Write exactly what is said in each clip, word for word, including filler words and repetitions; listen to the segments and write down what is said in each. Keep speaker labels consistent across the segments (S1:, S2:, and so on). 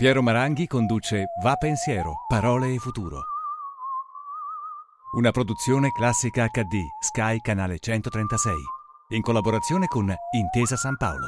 S1: Piero Maranghi conduce Va Pensiero, parole e futuro. Una produzione Classica acca di, Sky canale centotrentasei, in collaborazione con Intesa San Paolo.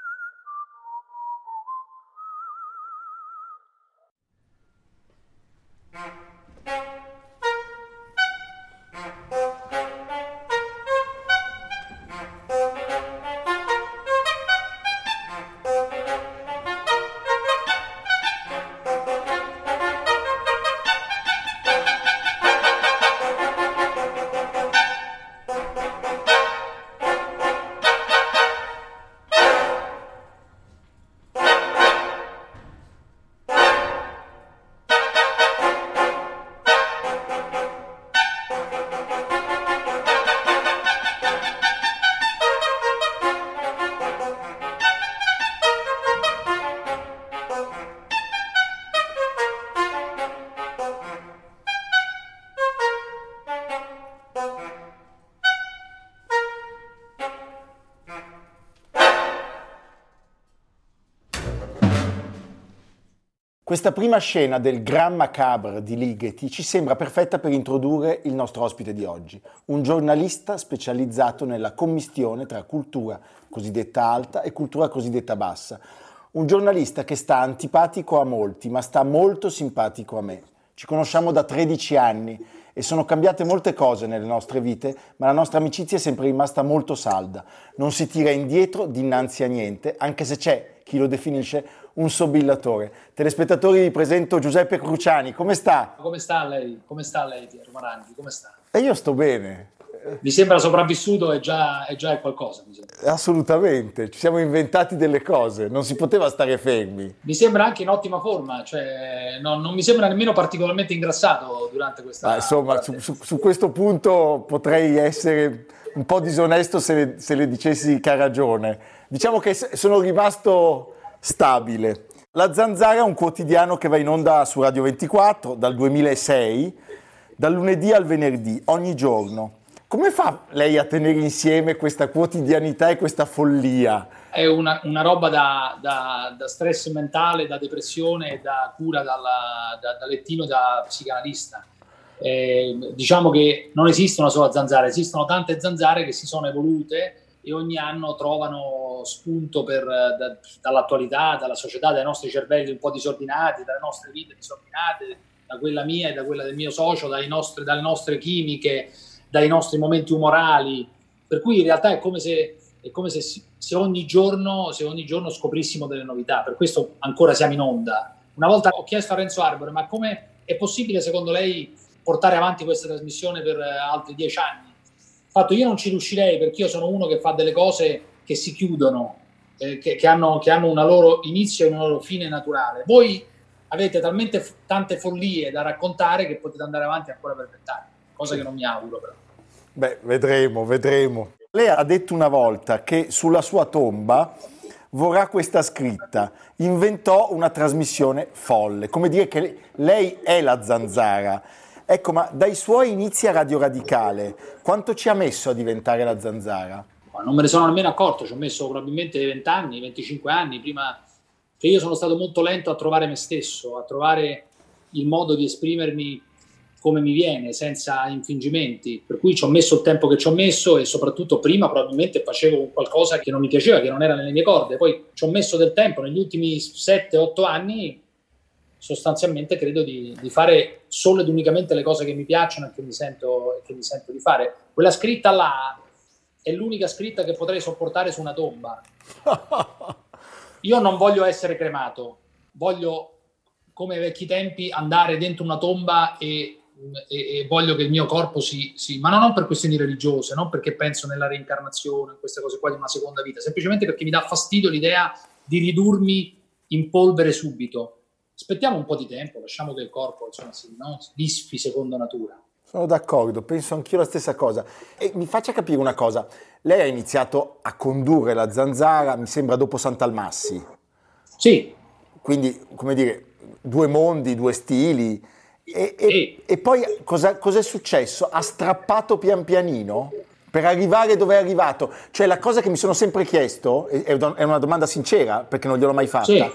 S2: Questa prima scena del Grand Macabre di Ligeti ci sembra perfetta per introdurre il nostro ospite di oggi, un giornalista specializzato nella commistione tra cultura cosiddetta alta e cultura cosiddetta bassa. Un giornalista che sta antipatico a molti, ma sta molto simpatico a me. Ci conosciamo da tredici anni e sono cambiate molte cose nelle nostre vite, ma la nostra amicizia è sempre rimasta molto salda. Non si tira indietro dinanzi a niente, anche se c'è chi lo definisce un sobillatore. Telespettatori, vi presento Giuseppe Cruciani. Come sta?
S3: Come sta lei? Come sta lei, Piero Maranghi? Come sta?
S2: E io sto bene.
S3: Mi sembra sopravvissuto e già, è già qualcosa. Mi sembra.
S2: Assolutamente, ci siamo inventati delle cose, non si poteva stare fermi.
S3: Mi sembra anche in ottima forma, cioè non, non mi sembra nemmeno particolarmente ingrassato durante questa...
S2: Ah, insomma, su, su, su questo punto potrei essere un po' disonesto se le, se le dicessi che ha ragione. Diciamo che sono rimasto stabile. La Zanzara è un quotidiano che va in onda su Radio ventiquattro dal duemilasei, dal lunedì al venerdì, ogni giorno. Come fa lei a tenere insieme questa quotidianità e questa follia?
S3: È una, una roba da, da, da stress mentale, da depressione, da cura dalla, da, da lettino, da psicanalista. Eh, diciamo che non esiste una sola zanzara, esistono tante zanzare che si sono evolute e ogni anno trovano spunto per, da, dall'attualità, dalla società, dai nostri cervelli un po' disordinati, dalle nostre vite disordinate, da quella mia e da quella del mio socio, dai nostri, dalle nostre chimiche, dai nostri momenti umorali, per cui in realtà è come se, è come se, se, ogni giorno, se ogni giorno scoprissimo delle novità. Per questo ancora siamo in onda. Una volta ho chiesto a Renzo Arbore, ma come è possibile secondo lei portare avanti questa trasmissione per altri dieci anni? Fatto, io non ci riuscirei, perché io sono uno che fa delle cose che si chiudono, eh, che, che, hanno, che hanno una loro inizio e una loro fine naturale. Voi avete talmente f- tante follie da raccontare che potete andare avanti ancora per vent'anni, cosa che non mi auguro però.
S2: Beh, vedremo, vedremo. Lei ha detto una volta che sulla sua tomba vorrà questa scritta: inventò una trasmissione folle, come dire che lei è la Zanzara. Ecco, ma dai suoi inizi a Radio Radicale, quanto ci ha messo a diventare la Zanzara?
S3: Non me ne sono nemmeno accorto, ci ho messo probabilmente venti anni, venticinque anni, prima che io sono stato molto lento a trovare me stesso, a trovare il modo di esprimermi come mi viene, senza infingimenti, per cui ci ho messo il tempo che ci ho messo e soprattutto prima probabilmente facevo qualcosa che non mi piaceva, che non era nelle mie corde, poi ci ho messo del tempo, negli ultimi sette otto anni sostanzialmente credo di, di fare solo ed unicamente le cose che mi piacciono e che mi sento, che mi sento di fare. Quella scritta là è l'unica scritta che potrei sopportare su una tomba. Io non voglio essere cremato, voglio, come ai vecchi tempi, andare dentro una tomba e, e, e voglio che il mio corpo si, si... ma non per questioni religiose, non perché penso nella reincarnazione, queste cose qua di una seconda vita, semplicemente perché mi dà fastidio l'idea di ridurmi in polvere subito. Aspettiamo un po' di tempo, lasciamo che il corpo insomma, si no? disfi secondo natura.
S2: Sono d'accordo, penso anch'io la stessa cosa. E mi faccia capire una cosa, lei ha iniziato a condurre la Zanzara, mi sembra dopo Sant'Almassi.
S3: Sì.
S2: Quindi, come dire, due mondi, due stili. E, e,
S3: sì.
S2: e poi cosa, cosa è successo? Ha strappato pian pianino per arrivare dove è arrivato? Cioè la cosa che mi sono sempre chiesto, è una domanda sincera perché non gliel'ho mai fatta,
S3: sì.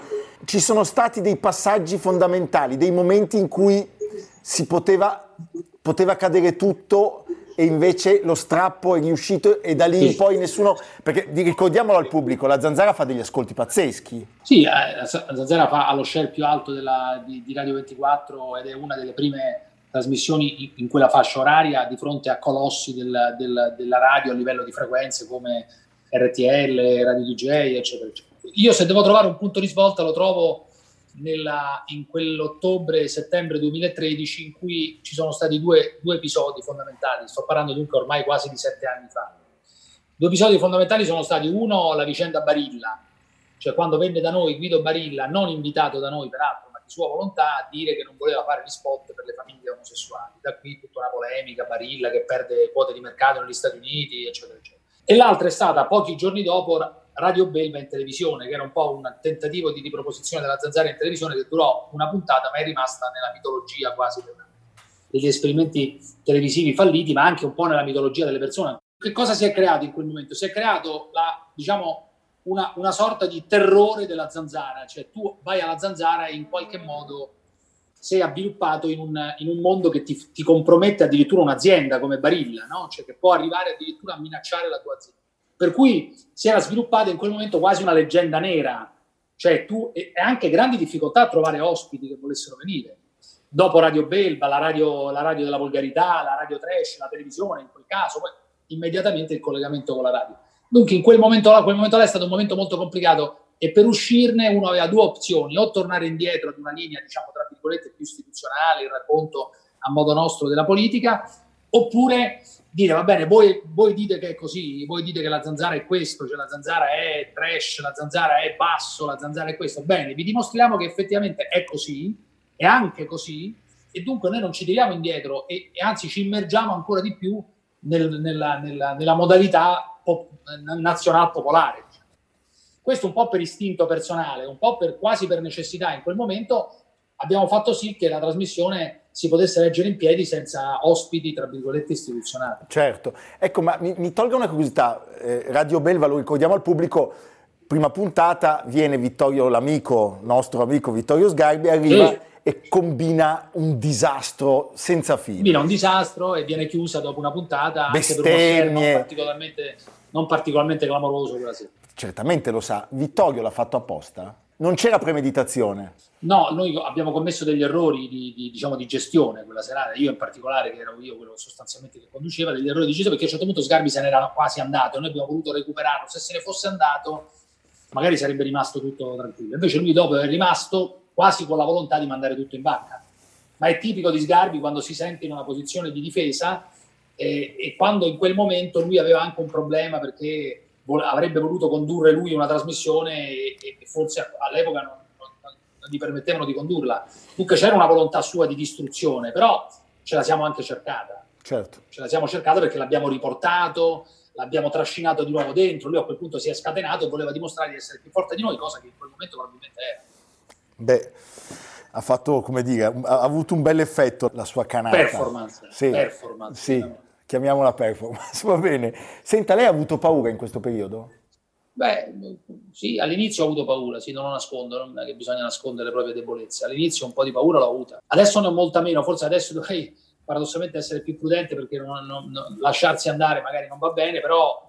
S2: ci sono stati dei passaggi fondamentali, dei momenti in cui si poteva, poteva cadere tutto e invece lo strappo è riuscito e da lì in poi nessuno... Perché ricordiamolo al pubblico, la Zanzara fa degli ascolti pazzeschi.
S3: Sì, eh, la Zanzara fa, ha lo share più alto della, di, di Radio ventiquattro ed è una delle prime trasmissioni in quella fascia oraria di fronte a colossi del, del, della radio a livello di frequenze come R T L, Radio D J, eccetera, eccetera. Io se devo trovare un punto di svolta lo trovo nella, in quell'ottobre-settembre duemilatredici in cui ci sono stati due, due episodi fondamentali. Sto parlando dunque ormai quasi di sette anni fa. Due episodi fondamentali sono stati: uno, la vicenda Barilla, cioè quando venne da noi Guido Barilla, non invitato da noi peraltro, ma di sua volontà, a dire che non voleva fare gli spot per le famiglie omosessuali. Da qui tutta una polemica, Barilla che perde quote di mercato negli Stati Uniti, eccetera, eccetera. E l'altra è stata, pochi giorni dopo, Radio Belva in televisione, che era un po' un tentativo di riproposizione della Zanzara in televisione che durò una puntata, ma è rimasta nella mitologia quasi degli esperimenti televisivi falliti, ma anche un po' nella mitologia delle persone. Che cosa si è creato in quel momento? Si è creato la, diciamo, una, una sorta di terrore della Zanzara, cioè tu vai alla Zanzara e in qualche modo sei avviluppato in un, in un mondo che ti, ti compromette addirittura un'azienda come Barilla, no? Cioè che può arrivare addirittura a minacciare la tua azienda. Per cui si era sviluppata in quel momento quasi una leggenda nera, cioè tu e anche grandi difficoltà a trovare ospiti che volessero venire. Dopo Radio Belva, la radio, la radio della volgarità, la radio trash, la televisione in quel caso, poi immediatamente il collegamento con la radio. Dunque in quel momento là, quel momento là è stato un momento molto complicato e per uscirne uno aveva due opzioni: o tornare indietro ad una linea, diciamo, tra virgolette, più istituzionale, il racconto a modo nostro della politica, oppure dire va bene, voi, voi dite che è così, voi dite che la Zanzara è questo, cioè la Zanzara è trash, la Zanzara è basso, la Zanzara è questo, bene, vi dimostriamo che effettivamente è così, è anche così, e dunque noi non ci tiriamo indietro e, e anzi ci immergiamo ancora di più nel, nella, nella, nella modalità pop, nazional popolare. Questo un po' per istinto personale, un po' per quasi per necessità. In quel momento abbiamo fatto sì che la trasmissione si potesse reggere in piedi senza ospiti, tra virgolette, istituzionali.
S2: Certo. Ecco, ma mi, mi tolga una curiosità. Eh, Radio Belva, lo ricordiamo al pubblico, prima puntata viene Vittorio, l'amico, nostro amico Vittorio Sgarbi, arriva sì. e combina un disastro senza fine.
S3: Combina un disastro e viene chiusa dopo una puntata,
S2: bestemmie,
S3: anche per uno non particolarmente, non particolarmente clamoroso quella sera.
S2: Certamente lo sa. Vittorio l'ha fatto apposta? Non c'era premeditazione?
S3: No, noi abbiamo commesso degli errori di, di, diciamo, di gestione quella serata, io in particolare, che ero io quello sostanzialmente che conduceva, degli errori di gestione, perché a un certo punto Sgarbi se n'era quasi andato e noi abbiamo voluto recuperarlo. Se se ne fosse andato magari sarebbe rimasto tutto tranquillo, invece lui dopo è rimasto quasi con la volontà di mandare tutto in banca. Ma è tipico di Sgarbi quando si sente in una posizione di difesa e, e quando in quel momento lui aveva anche un problema perché avrebbe voluto condurre lui una trasmissione e, e forse all'epoca non, non, non gli permettevano di condurla. Dunque c'era una volontà sua di distruzione, però ce la siamo anche cercata.
S2: Certo. Ce
S3: la siamo cercata perché l'abbiamo riportato, l'abbiamo trascinato di nuovo dentro, lui a quel punto si è scatenato e voleva dimostrare di essere più forte di noi, cosa che in quel momento probabilmente era.
S2: Beh, ha fatto, come dire, ha avuto un bel effetto la sua canata.
S3: Performance.
S2: Sì,
S3: performance,
S2: sì.
S3: Diciamo.
S2: Chiamiamola performance, va bene. Senta, lei ha avuto paura in questo periodo?
S3: Beh, sì, all'inizio ho avuto paura, sì, non lo nascondo, non è che bisogna nascondere le proprie debolezze. All'inizio un po' di paura l'ho avuta. Adesso ne ho molta meno, forse adesso dovrei paradossalmente essere più prudente perché non, non, non, lasciarsi andare magari non va bene, però,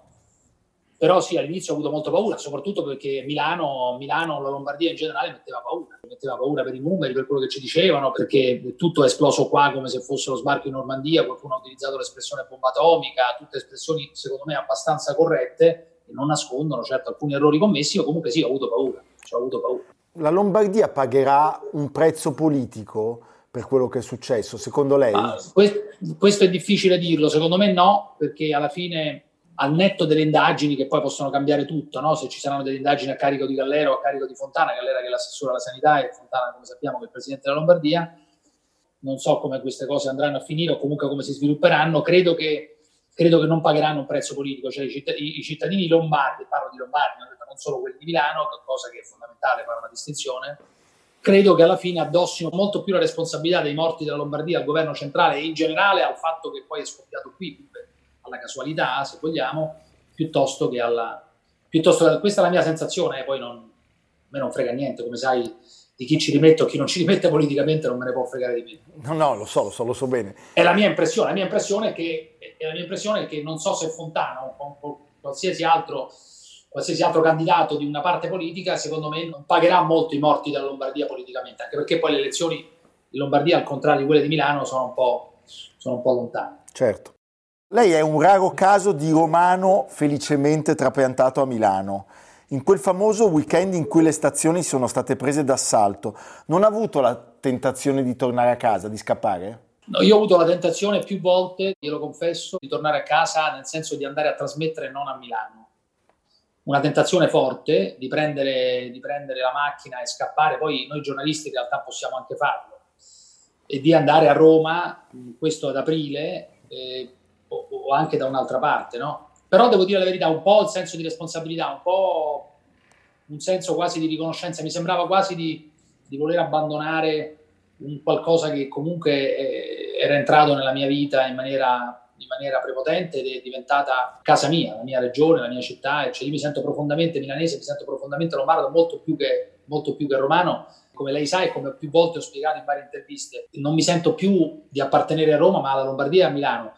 S3: però sì, all'inizio ho avuto molta paura, soprattutto perché Milano, Milano, la Lombardia in generale metteva paura. Metteva paura per i numeri, per quello che ci dicevano, perché tutto è esploso qua come se fosse lo sbarco in Normandia, qualcuno ha utilizzato l'espressione bomba atomica, tutte espressioni secondo me abbastanza corrette e non nascondono certo alcuni errori commessi, ma comunque sì, ho avuto paura, cioè, ho avuto paura.
S2: La Lombardia pagherà un prezzo politico per quello che è successo, secondo lei?
S3: Ma questo è difficile dirlo, secondo me no, perché alla fine, al netto delle indagini che poi possono cambiare tutto, no? Se ci saranno delle indagini a carico di Gallero o a carico di Fontana, Gallera che è l'assessore alla sanità e Fontana, come sappiamo, che è il presidente della Lombardia, non so come queste cose andranno a finire o comunque come si svilupperanno, credo che, credo che non pagheranno un prezzo politico, cioè i cittadini, i cittadini lombardi, parlo di lombardi, non solo quelli di Milano, cosa che è fondamentale fare una distinzione, credo che alla fine addossino molto più la responsabilità dei morti della Lombardia al governo centrale e in generale al fatto che poi è scoppiato qui, alla casualità, se vogliamo, piuttosto che alla... Piuttosto che, questa è la mia sensazione, eh, poi non, me non frega niente, come sai, di chi ci rimette o chi non ci rimette politicamente non me ne può fregare di me.
S2: No, no, lo so, lo so, lo so bene.
S3: È la mia impressione, la mia impressione è che, è la mia impressione è che non so se Fontana o, o qualsiasi altro, qualsiasi altro candidato di una parte politica, secondo me, non pagherà molto i morti della Lombardia politicamente, anche perché poi le elezioni in Lombardia, al contrario di quelle di Milano, sono un po', sono un po' lontane.
S2: Certo. Lei è un raro caso di romano felicemente trapiantato a Milano. In quel famoso weekend in cui le stazioni sono state prese d'assalto, non ha avuto la tentazione di tornare a casa, di scappare?
S3: No, io ho avuto la tentazione più volte, glielo confesso, di tornare a casa, nel senso di andare a trasmettere non a Milano. Una tentazione forte di prendere, di prendere la macchina e scappare, poi noi giornalisti in realtà possiamo anche farlo, e di andare a Roma, questo ad aprile, eh, o, o anche da un'altra parte, no? Però devo dire la verità, un po' il senso di responsabilità, un po' un senso quasi di riconoscenza, mi sembrava quasi di, di voler abbandonare un qualcosa che comunque eh, era entrato nella mia vita in maniera, in maniera prepotente ed è diventata casa mia, la mia regione, la mia città, cioè io mi sento profondamente milanese, mi sento profondamente lombardo, molto più che, molto più che romano, come lei sa e come più volte ho spiegato in varie interviste, non mi sento più di appartenere a Roma ma alla Lombardia e a Milano.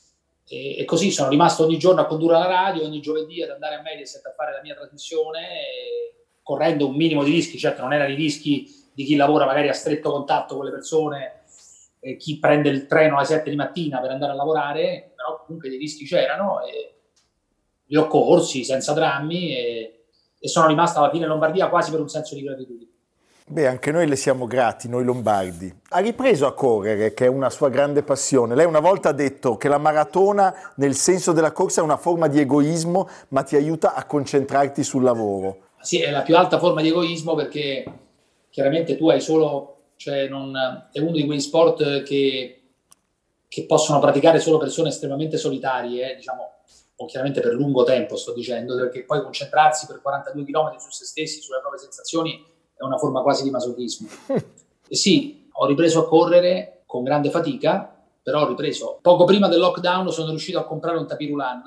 S3: E, e così sono rimasto ogni giorno a condurre la radio, ogni giovedì ad andare a Mediaset a fare la mia trasmissione, e, correndo un minimo di rischi, certo non erano i rischi di chi lavora magari a stretto contatto con le persone, eh, chi prende il treno alle sette di mattina per andare a lavorare, però comunque dei rischi c'erano e li ho corsi senza drammi e, e sono rimasto alla fine in Lombardia quasi per un senso di gratitudine.
S2: Beh, anche noi le siamo grati, noi lombardi. Ha ripreso a correre, che è una sua grande passione. Lei una volta ha detto che la maratona, nel senso della corsa, è una forma di egoismo, ma ti aiuta a concentrarti sul lavoro.
S3: Sì, è la più alta forma di egoismo perché chiaramente tu hai solo, cioè non, è uno di quegli sport che, che possono praticare solo persone estremamente solitarie, eh, diciamo, o chiaramente per lungo tempo sto dicendo, perché poi concentrarsi per quarantadue chilometri su se stessi, sulle proprie sensazioni, è una forma quasi di masochismo. E sì, ho ripreso a correre con grande fatica, però ho ripreso. Poco prima del lockdown sono riuscito a comprare un tapirulan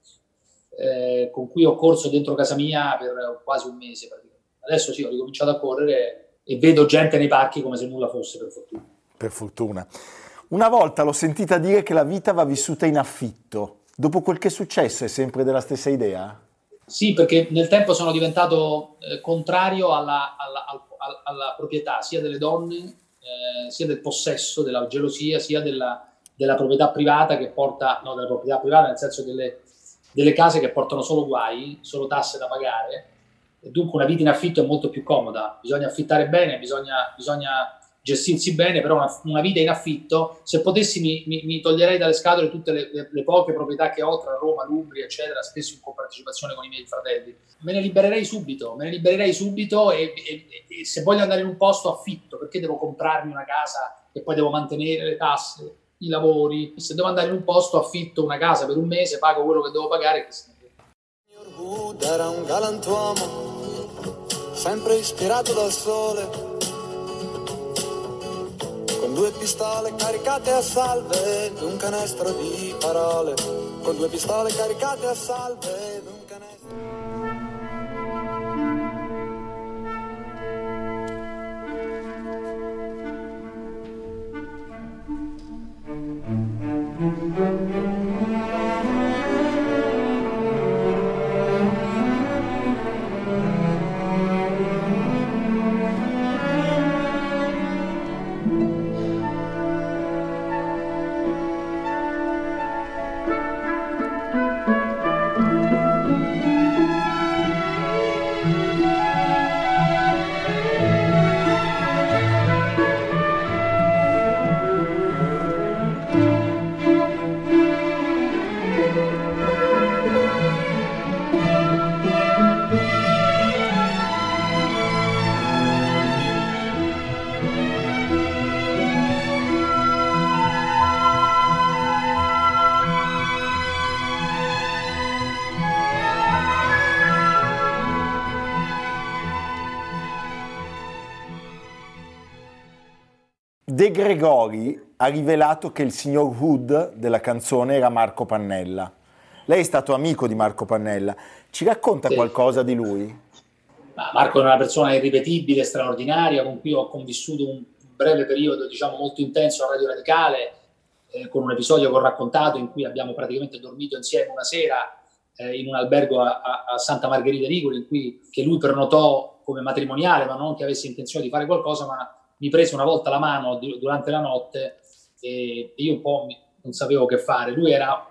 S3: eh, con cui ho corso dentro casa mia per quasi un mese praticamente. Adesso sì, ho ricominciato a correre e vedo gente nei parchi come se nulla fosse, per fortuna.
S2: Per fortuna. Una volta l'ho sentita dire che la vita va vissuta in affitto. Dopo quel che è successo è sempre della stessa idea?
S3: Sì, perché nel tempo sono diventato eh, contrario alla, alla, alla, alla proprietà sia delle donne, eh, sia del possesso, della gelosia, sia della, della proprietà privata che porta, no, della proprietà privata nel senso delle, delle case che portano solo guai, solo tasse da pagare. E dunque una vita in affitto è molto più comoda, bisogna affittare bene, bisogna, bisogna gestirsi bene, però una, una vita in affitto, se potessi mi, mi, mi toglierei dalle scatole tutte le, le, le poche proprietà che ho tra Roma, l'Umbria, eccetera, spesso in compartecipazione con i miei fratelli. Me ne libererei subito, me ne libererei subito e, e, e se voglio andare in un posto affitto, perché devo comprarmi una casa e poi devo mantenere le tasse, i lavori? Se devo andare in un posto affitto una casa per un mese, pago quello che devo pagare. Che se
S4: Signor Wood era un galantuomo, sempre ispirato dal sole, con due pistole caricate a salve d'un canestro di parole, con due pistole caricate a salve d'un canestro.
S2: De Gregori ha rivelato che il signor Hood della canzone era Marco Pannella. Lei è stato amico di Marco Pannella. Ci racconta
S3: sì.
S2: qualcosa di lui?
S3: Ma Marco era una persona irripetibile, straordinaria, con cui ho convissuto un breve periodo, diciamo, molto intenso a Radio Radicale, eh, con un episodio che ho raccontato in cui abbiamo praticamente dormito insieme una sera eh, in un albergo a, a, a Santa Margherita Ligure, in cui che lui prenotò come matrimoniale, ma non che avesse intenzione di fare qualcosa, ma mi prese una volta la mano di, durante la notte e, e io un po' mi, non sapevo che fare. Lui era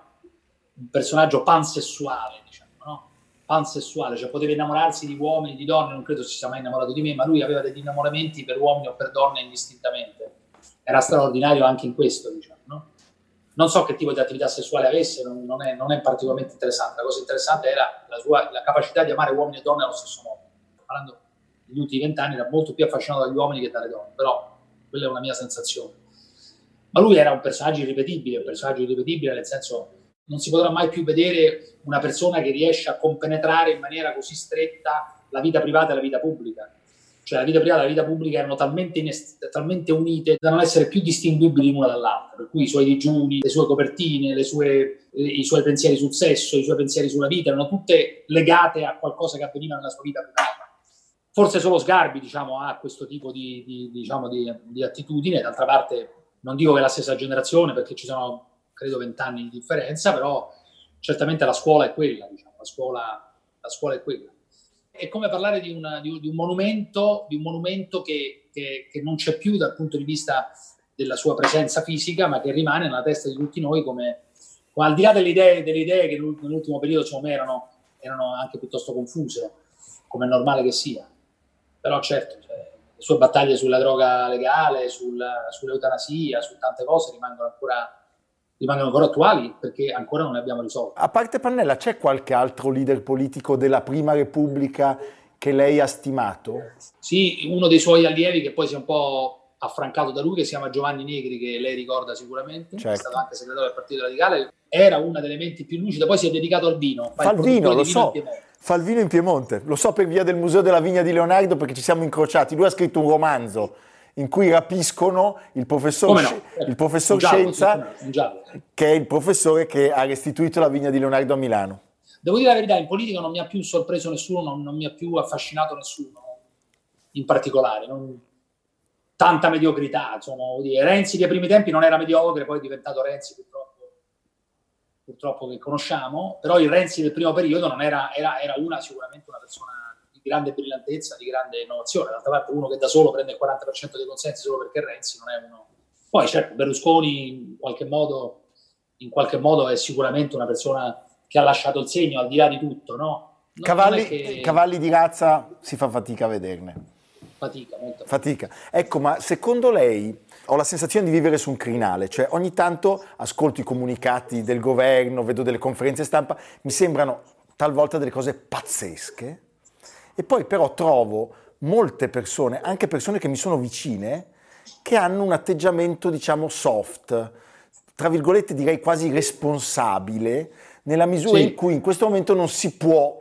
S3: un personaggio pansessuale, diciamo, no? Pansessuale, cioè poteva innamorarsi di uomini, di donne, non credo si sia mai innamorato di me, ma lui aveva degli innamoramenti per uomini o per donne indistintamente. Era straordinario anche in questo, diciamo, no? Non so che tipo di attività sessuale avesse, non, non, è, non è particolarmente interessante. La cosa interessante era la sua la capacità di amare uomini e donne allo stesso modo. Parlando negli ultimi vent'anni era molto più affascinato dagli uomini che dalle donne, però quella è una mia sensazione. Ma lui era un personaggio irripetibile, un personaggio irripetibile nel senso non si potrà mai più vedere una persona che riesce a compenetrare in maniera così stretta la vita privata e la vita pubblica. Cioè la vita privata e la vita pubblica erano talmente, inest- talmente unite da non essere più distinguibili l'una dall'altra, per cui i suoi digiuni, le sue copertine, le sue, i suoi pensieri sul sesso, i suoi pensieri sulla vita erano tutte legate a qualcosa che avveniva nella sua vita privata. Forse solo Sgarbi, diciamo, ha questo tipo di, di, diciamo, di, di attitudine. D'altra parte non dico che è la stessa generazione perché ci sono credo vent'anni di differenza, però certamente la scuola è quella, diciamo, la scuola, la scuola è quella. È come parlare di, una, di, di un monumento, di un monumento che, che, che non c'è più dal punto di vista della sua presenza fisica, ma che rimane nella testa di tutti noi come, come al di là delle idee, delle idee che nell'ultimo periodo secondo me erano, erano anche piuttosto confuse, come è normale che sia. Però certo, cioè, le sue battaglie sulla droga legale, sul, sull'eutanasia, su tante cose rimangono ancora, rimangono ancora attuali perché ancora non le abbiamo risolte.
S2: A parte Pannella, c'è qualche altro leader politico della Prima Repubblica che lei ha stimato?
S3: Sì, uno dei suoi allievi che poi si è un po' affrancato da lui, che si chiama Giovanni Negri, che lei ricorda sicuramente, certo. È stato anche segretario del Partito Radicale, era una delle menti più lucide, poi si è dedicato al vino.
S2: Fa il vino, lo so. Fa il vino in Piemonte, lo so per via del Museo della Vigna di Leonardo perché ci siamo incrociati. Lui ha scritto un romanzo in cui rapiscono il professor, no? Sci- il professor giallo, Scienza, sì, che è il professore che ha restituito la Vigna di Leonardo a Milano.
S3: Devo dire la verità, in politica non mi ha più sorpreso nessuno, non, non mi ha più affascinato nessuno in particolare. Non... Tanta mediocrità, insomma. Renzi che ai primi tempi non era mediocre, poi è diventato Renzi purtroppo. purtroppo che conosciamo, però il Renzi del primo periodo non era, era, era una sicuramente una persona di grande brillantezza, di grande innovazione. D'altra parte uno che da solo prende il quaranta per cento dei consensi solo perché Renzi non è uno. Poi certo Berlusconi in qualche modo, in qualche modo è sicuramente una persona che ha lasciato il segno al di là di tutto, no? Non,
S2: Cavalli,
S3: non che...
S2: cavalli di razza si fa fatica a vederne.
S3: Fatica, molto
S2: fatica. Ecco, ma secondo lei ho la sensazione di vivere su un crinale, cioè ogni tanto ascolto i comunicati del governo, vedo delle conferenze stampa, mi sembrano talvolta delle cose pazzesche e poi però trovo molte persone, anche persone che mi sono vicine, che hanno un atteggiamento diciamo soft, tra virgolette direi quasi responsabile, nella misura sì. in cui in questo momento non si può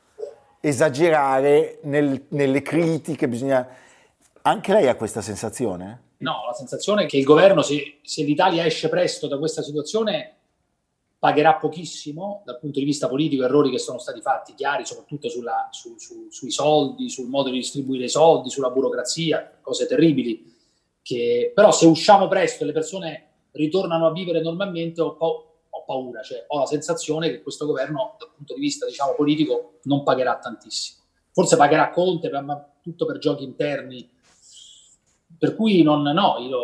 S2: esagerare nel, nelle critiche, bisogna... Anche lei ha questa sensazione?
S3: No, la sensazione è che il governo, se, se l'Italia esce presto da questa situazione, pagherà pochissimo dal punto di vista politico, errori che sono stati fatti chiari, soprattutto sulla, su, su, sui soldi, sul modo di distribuire i soldi, sulla burocrazia, cose terribili. Che, però se usciamo presto e le persone ritornano a vivere normalmente, ho, pa- ho paura, cioè ho la sensazione che questo governo, dal punto di vista diciamo politico, non pagherà tantissimo. Forse pagherà Conte, ma tutto per giochi interni. Per cui non, no, io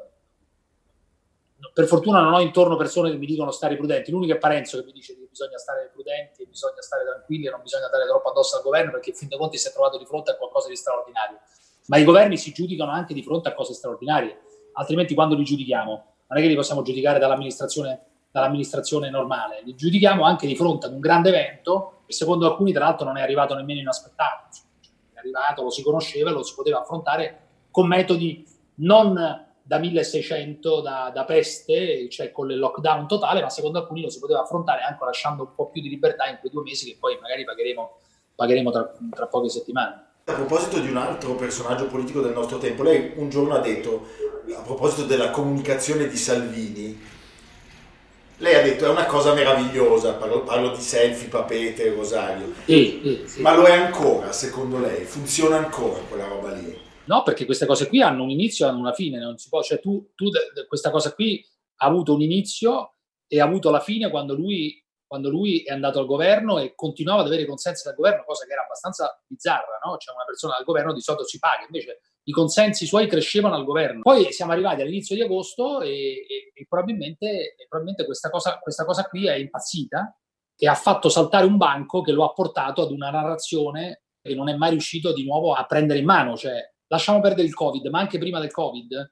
S3: per fortuna non ho intorno persone che mi dicono stare prudenti. L'unico è Parenzo che mi dice che bisogna stare prudenti, bisogna stare tranquilli e non bisogna dare troppo addosso al governo perché in fin dei conti si è trovato di fronte a qualcosa di straordinario. Ma i governi si giudicano anche di fronte a cose straordinarie, altrimenti quando li giudichiamo non è che li possiamo giudicare dall'amministrazione, dall'amministrazione normale, li giudichiamo anche di fronte ad un grande evento che secondo alcuni tra l'altro non è arrivato nemmeno inaspettato, è arrivato, lo si conosceva e lo si poteva affrontare con metodi non da milleseicento, da, da peste, cioè con il lockdown totale, ma secondo alcuni lo si poteva affrontare anche lasciando un po' più di libertà in quei due mesi che poi magari pagheremo, pagheremo tra, tra poche settimane.
S2: A proposito di un altro personaggio politico del nostro tempo, lei un giorno ha detto, a proposito della comunicazione di Salvini, Lei ha detto è una cosa meravigliosa, parlo, parlo di selfie, papete, rosario.
S3: Sì, sì, sì.
S2: Ma lo è ancora, secondo lei? Funziona ancora quella roba lì?
S3: No, perché queste cose qui hanno un inizio e hanno una fine, non si può, cioè tu, tu questa cosa qui ha avuto un inizio e ha avuto la fine quando lui, quando lui è andato al governo e continuava ad avere i consensi dal governo, cosa che era abbastanza bizzarra, no? Cioè una persona al governo di solito si paga, invece i consensi suoi crescevano al governo. Poi siamo arrivati all'inizio di agosto e, e, e, probabilmente, e probabilmente questa cosa, questa cosa qui è impazzita e ha fatto saltare un banco che lo ha portato ad una narrazione che non è mai riuscito di nuovo a prendere in mano. Cioè, lasciamo perdere il Covid, ma anche prima del Covid,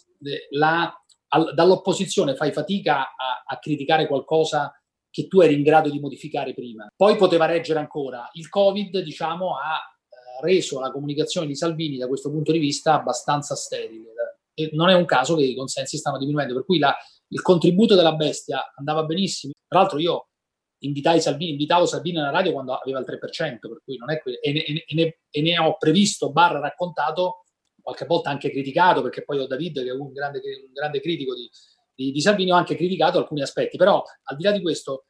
S3: la, al, dall'opposizione fai fatica a, a criticare qualcosa che tu eri in grado di modificare prima. Poi poteva reggere ancora. Il Covid, diciamo, ha reso la comunicazione di Salvini da questo punto di vista abbastanza sterile e non è un caso che i consensi stanno diminuendo, per cui la, il contributo della bestia andava benissimo. Tra l'altro io invitai Salvini, invitavo Salvini alla radio quando aveva il tre per cento, per cui non è que- e, ne, e, ne, e ne ho previsto barra raccontato, qualche volta anche criticato, perché poi ho David che è un grande, un grande critico di, di, di Salvini, ho anche criticato alcuni aspetti, però al di là di questo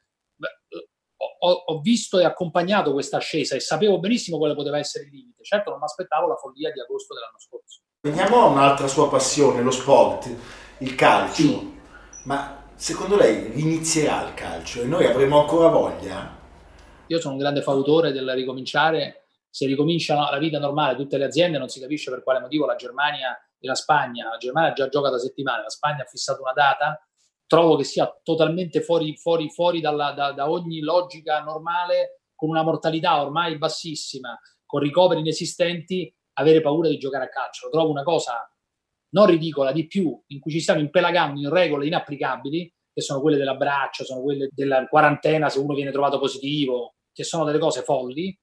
S3: Ho, ho visto e accompagnato questa ascesa e sapevo benissimo quale poteva essere il limite. Certo non mi aspettavo la follia di agosto dell'anno scorso.
S2: Veniamo a un'altra sua passione, lo sport, il calcio.
S3: Sì.
S2: Ma secondo lei inizierà il calcio e noi avremo ancora voglia?
S3: Io sono un grande fautore del ricominciare. Se ricomincia la vita normale, tutte le aziende, non si capisce per quale motivo la Germania e la Spagna, la Germania già gioca da settimane, la Spagna ha fissato una data. Trovo che sia totalmente fuori, fuori, fuori dalla, da, da ogni logica normale, con una mortalità ormai bassissima, con ricoveri inesistenti, avere paura di giocare a calcio. Lo trovo una cosa non ridicola, di più, in cui ci stiamo impelagando in regole inapplicabili, che sono quelle dell'abbraccio, sono quelle della quarantena se uno viene trovato positivo, che sono delle cose folli.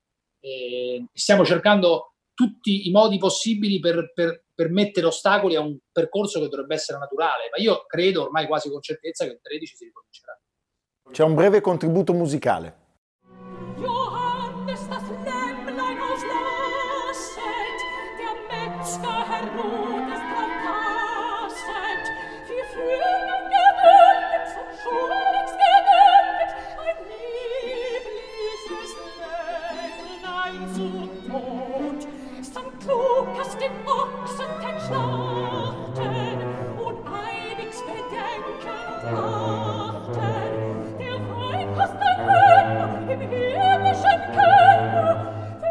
S3: E stiamo cercando tutti i modi possibili per, per, per mettere ostacoli a un percorso che dovrebbe essere naturale, ma io credo ormai quasi con certezza che il tredici si ricomincerà.
S2: C'è un breve contributo musicale.
S5: Johannes, das Lämmlein auslasset, der Metzger Herr Roth ist verpasset, wir führen gebündet zum Schulz gebündet, ein liebliches Lämmlein zum Tod. Sankt Lukas den Ochsen den schlachten und einigs bedenken und achten. Der Wein hast der Höhen im himmlischen Keller.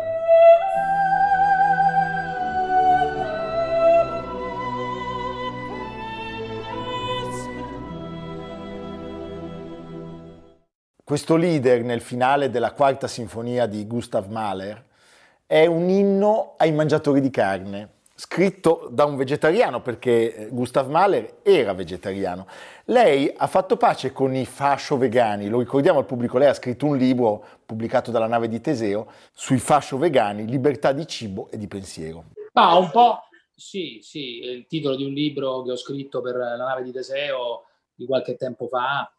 S2: Questo leader nel finale della quarta sinfonia di Gustav Mahler è un inno ai mangiatori di carne, scritto da un vegetariano, perché Gustav Mahler era vegetariano. Lei ha fatto pace con i fascio vegani, lo ricordiamo al pubblico, lei ha scritto un libro pubblicato dalla Nave di Teseo sui fascio vegani, libertà di cibo e di pensiero.
S3: Ah, un po', sì, sì, è il titolo di un libro che ho scritto per la Nave di Teseo di qualche tempo fa,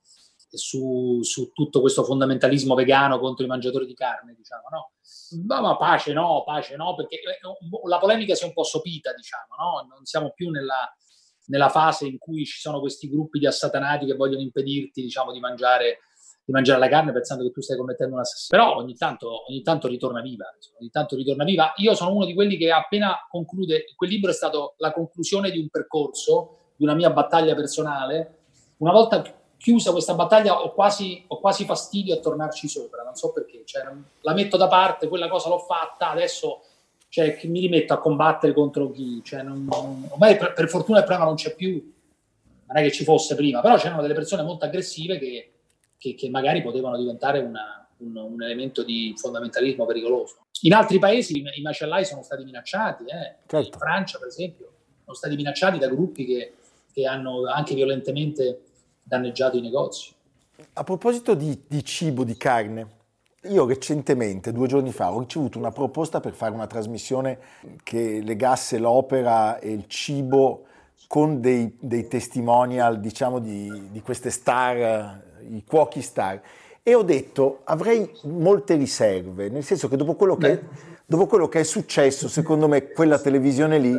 S3: su, su tutto questo fondamentalismo vegano contro i mangiatori di carne, diciamo, no? Ma, ma pace no, pace no, perché la polemica si è un po' sopita, diciamo, no? Non siamo più nella, nella fase in cui ci sono questi gruppi di assatanati che vogliono impedirti, diciamo, di mangiare, di mangiare la carne pensando che tu stai commettendo un assassinato. Però ogni tanto, ogni tanto ritorna viva, ogni tanto ritorna viva. Io sono uno di quelli che appena conclude, quel libro è stato la conclusione di un percorso, di una mia battaglia personale. Una volta chiusa questa battaglia ho quasi, ho quasi fastidio a tornarci sopra, non so perché, cioè, la metto da parte, quella cosa l'ho fatta, adesso cioè, mi rimetto a combattere contro chi, cioè, non, non, ormai per, per fortuna il problema non c'è più, non è che ci fosse prima, però c'erano delle persone molto aggressive che, che, che magari potevano diventare una, un, un elemento di fondamentalismo pericoloso. In altri paesi i macellai sono stati minacciati, eh.
S2: Certo.
S3: In Francia per esempio sono stati minacciati da gruppi che, che hanno anche violentemente danneggiato i negozi.
S2: A proposito di, di cibo, di carne, io recentemente, due giorni fa, ho ricevuto una proposta per fare una trasmissione che legasse l'opera e il cibo con dei, dei testimonial, diciamo, di, di queste star, i cuochi star. E ho detto, avrei molte riserve, nel senso che dopo quello che, dopo quello che è successo, secondo me quella televisione lì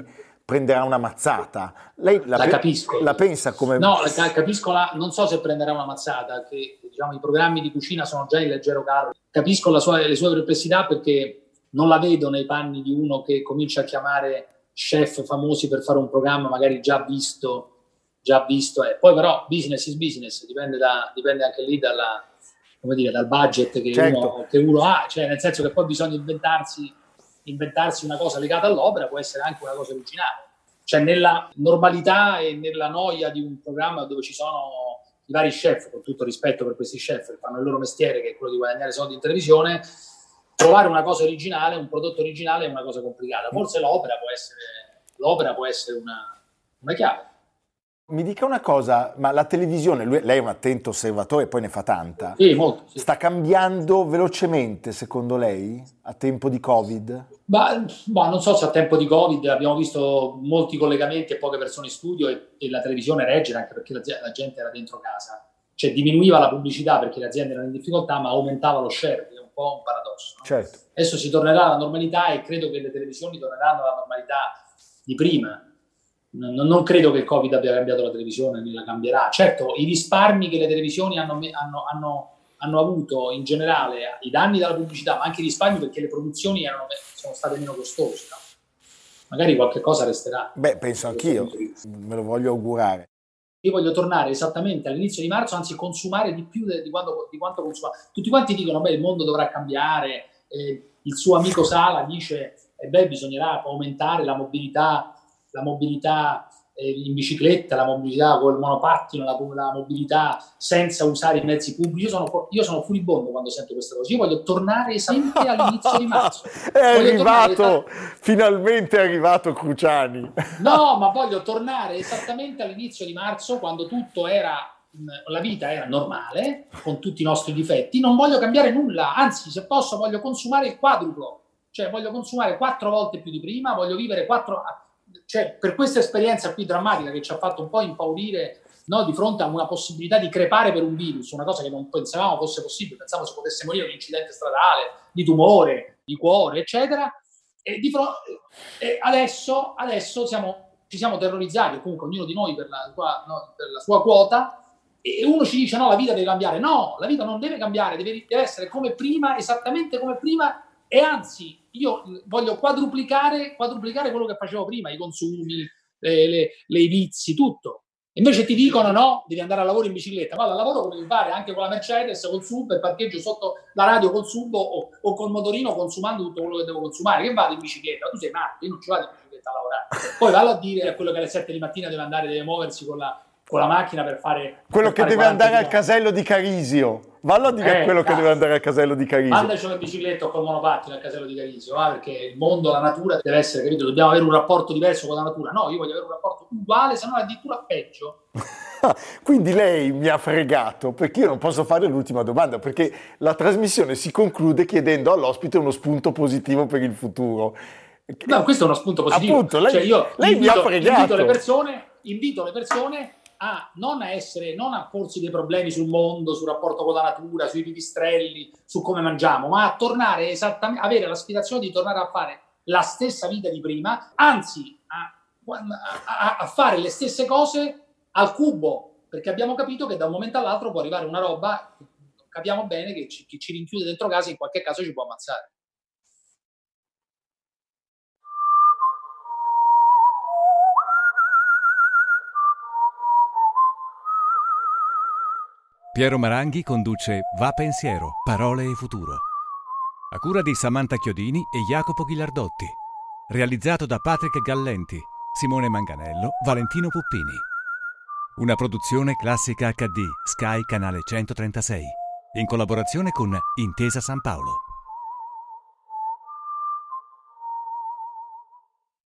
S2: prenderà una mazzata. Lei la,
S3: la
S2: pe-
S3: capisco.
S2: La pensa come...
S3: No, la, capisco la, non so se prenderà una mazzata, che diciamo i programmi di cucina sono già in leggero calo. Capisco la sua, le sue perplessità, perché non la vedo nei panni di uno che comincia a chiamare chef famosi per fare un programma magari già visto, già visto. Eh. Poi però business is business, dipende, da, dipende anche lì dalla, come dire, dal budget che, certo. uno, che uno ha, cioè nel senso che poi bisogna inventarsi inventarsi una cosa legata all'opera, può essere anche una cosa originale. Cioè nella normalità e nella noia di un programma dove ci sono i vari chef, con tutto rispetto per questi chef che fanno il loro mestiere, che è quello di guadagnare soldi in televisione, trovare una cosa originale, un prodotto originale è una cosa complicata. Forse l'opera può essere, l'opera può essere una, una chiave.
S2: Mi dica una cosa, ma la televisione, lui, lei è un attento osservatore, poi ne fa tanta.
S3: Sì, molto. Sì.
S2: Sta cambiando velocemente, secondo lei, a tempo di Covid?
S3: Ma, ma non so se a tempo di Covid abbiamo visto molti collegamenti e poche persone in studio, e, e la televisione reggere, anche perché la, la gente era dentro casa. Cioè diminuiva la pubblicità perché le aziende erano in difficoltà, ma aumentava lo share, che è un po' un paradosso. No?
S2: Certo.
S3: Adesso si tornerà alla normalità e credo che le televisioni torneranno alla normalità di prima. Non credo che il Covid abbia cambiato la televisione, né la cambierà. Certo, i risparmi che le televisioni hanno, hanno, hanno, hanno avuto in generale, i danni dalla pubblicità, ma anche i risparmi perché le produzioni erano, sono state meno costose. No? Magari qualche cosa resterà.
S2: Beh, penso anch'io, me lo voglio augurare.
S3: Io voglio tornare esattamente all'inizio di marzo, anzi consumare di più di, quando, di quanto consumavo. Tutti quanti dicono, beh, il mondo dovrà cambiare, eh, il suo amico Sala dice, eh, beh, bisognerà aumentare la mobilità, la mobilità eh, in bicicletta, la mobilità col monopattino, la, la mobilità senza usare i mezzi pubblici. Io sono, io sono furibondo quando sento queste cose. Io voglio tornare esattamente all'inizio di marzo.
S2: È
S3: voglio
S2: arrivato,
S3: tornare,
S2: finalmente è arrivato Cruciani.
S3: No, ma voglio tornare esattamente all'inizio di marzo, quando tutto era, la vita era normale, con tutti i nostri difetti. Non voglio cambiare nulla, anzi, se posso, voglio consumare il quadruplo. Cioè, voglio consumare quattro volte più di prima, voglio vivere quattro... Cioè, per questa esperienza qui drammatica che ci ha fatto un po' impaurire, no, di fronte a una possibilità di crepare per un virus, una cosa che non pensavamo fosse possibile, pensavamo si potesse morire di un incidente stradale, di tumore, di cuore, eccetera, e, di fronte, e adesso, adesso siamo, ci siamo terrorizzati, comunque ognuno di noi per la, sua, no, per la sua quota, e uno ci dice no, la vita deve cambiare. No, la vita non deve cambiare, deve, deve essere come prima, esattamente come prima, e anzi io voglio quadruplicare, quadruplicare quello che facevo prima, i consumi, le, le, le i vizi, tutto. Invece ti dicono no, devi andare al lavoro in bicicletta. Vado al lavoro come mi pare, anche con la Mercedes, col sub, e parcheggio sotto la radio col sub o, o col motorino, consumando tutto quello che devo consumare. Che vado in bicicletta? Tu sei matto, io non ci vado in bicicletta a lavorare. Poi vallo a dire a quello che alle sette di mattina deve andare, deve muoversi con la, con la macchina per fare...
S2: Quello
S3: per
S2: che
S3: fare
S2: deve andare
S3: chilometri.
S2: al casello di Carisio. Vallo a dire
S3: Eh,
S2: a quello
S3: cazzo.
S2: che deve andare al casello di Carisio.
S3: Mandaci in bicicletta o col monopattino al casello di Carisio, va? Perché il mondo, la natura deve essere, capito? Dobbiamo avere un rapporto diverso con la natura. No, io voglio avere un rapporto uguale, se non addirittura peggio.
S2: Quindi lei mi ha fregato, perché io non posso fare l'ultima domanda, perché la trasmissione si conclude chiedendo all'ospite uno spunto positivo per il futuro.
S3: No, questo è uno spunto positivo.
S2: Appunto, lei,
S3: cioè io
S2: lei
S3: invito,
S2: mi ha fregato.
S3: Invito le persone, invito le persone a non a essere, non a porsi dei problemi sul mondo, sul rapporto con la natura, sui pipistrelli, su come mangiamo, ma a tornare esattamente, avere l'aspirazione di tornare a fare la stessa vita di prima, anzi a, a, a fare le stesse cose al cubo, perché abbiamo capito che da un momento all'altro può arrivare una roba, capiamo bene che ci, che ci rinchiude dentro casa e in qualche caso ci può ammazzare.
S1: Piero Maranghi conduce Va Pensiero, Parole e Futuro. A cura di Samantha Chiodini e Jacopo Ghilardotti. Realizzato da Patrick Gallenti, Simone Manganello, Valentino Puppini. Una produzione Classica acca di, Sky Canale centotrentasei. In collaborazione con Intesa San Paolo.